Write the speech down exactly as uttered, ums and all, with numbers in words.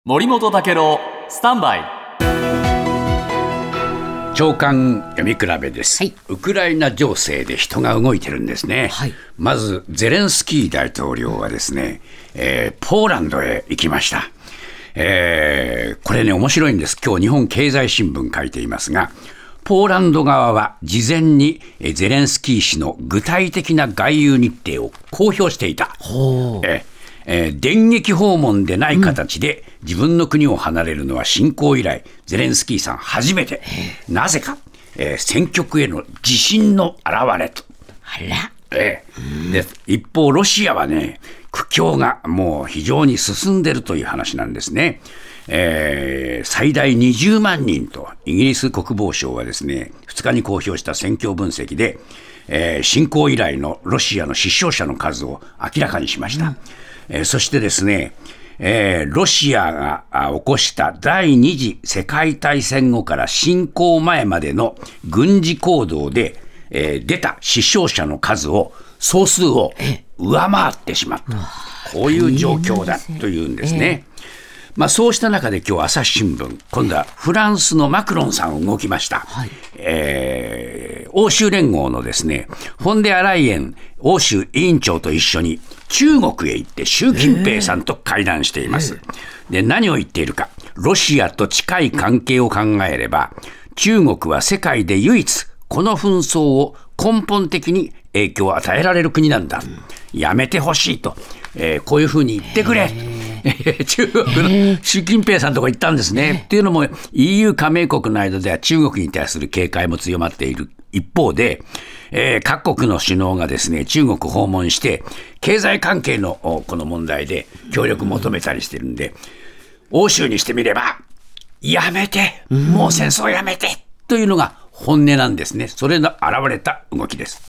森本武郎スタンバイ長官読み比べです、 はい、 ウクライナ情勢で人が動いてるんですね、 はい、 まずゼレンスキー大統領はですね、えー、ポーランドへ行きました、えー、これね面白いんです。今日日本経済新聞書いていますが、ポーランド側は事前にゼレンスキー氏の具体的な外遊日程を公表していた。 ほう、 えーえー、電撃訪問でない形で自分の国を離れるのは侵攻以来ゼレンスキーさん初めて。なぜか、えー、戦局への自信の表れと。 あら、 えー、で一方ロシアはね、苦境がもう非常に進んでるという話なんですね。えー、最大にじゅうまんにんとイギリス国防省はですねふつかに公表した戦況分析で、えー、侵攻以来のロシアの死傷者の数を明らかにしました、うんえー、そしてですね、えー、ロシアが起こした第二次世界大戦後から侵攻前までの軍事行動で、えー、出た死傷者の数を総数を上回ってしまった、こういう状況だというんですね。まあ、そうした中で今日朝日新聞、今度はフランスのマクロンさん動きました、はいえー、欧州連合のですねフォンデアライエン欧州委員長と一緒に中国へ行って習近平さんと会談しています、えー、で何を言っているか。ロシアと近い関係を考えれば中国は世界で唯一この紛争を根本的に影響を与えられる国なんだ、うん、やめてほしいと、えー、こういうふうに言ってくれ、えー中国の習近平さんとこ行ったんですね。っていうのも イーユー 加盟国の間では中国に対する警戒も強まっている一方で、えー、各国の首脳がですね中国訪問して経済関係のこの問題で協力求めたりしてるんで、欧州にしてみればやめて、もう戦争やめてというのが本音なんですね。それの現れた動きです。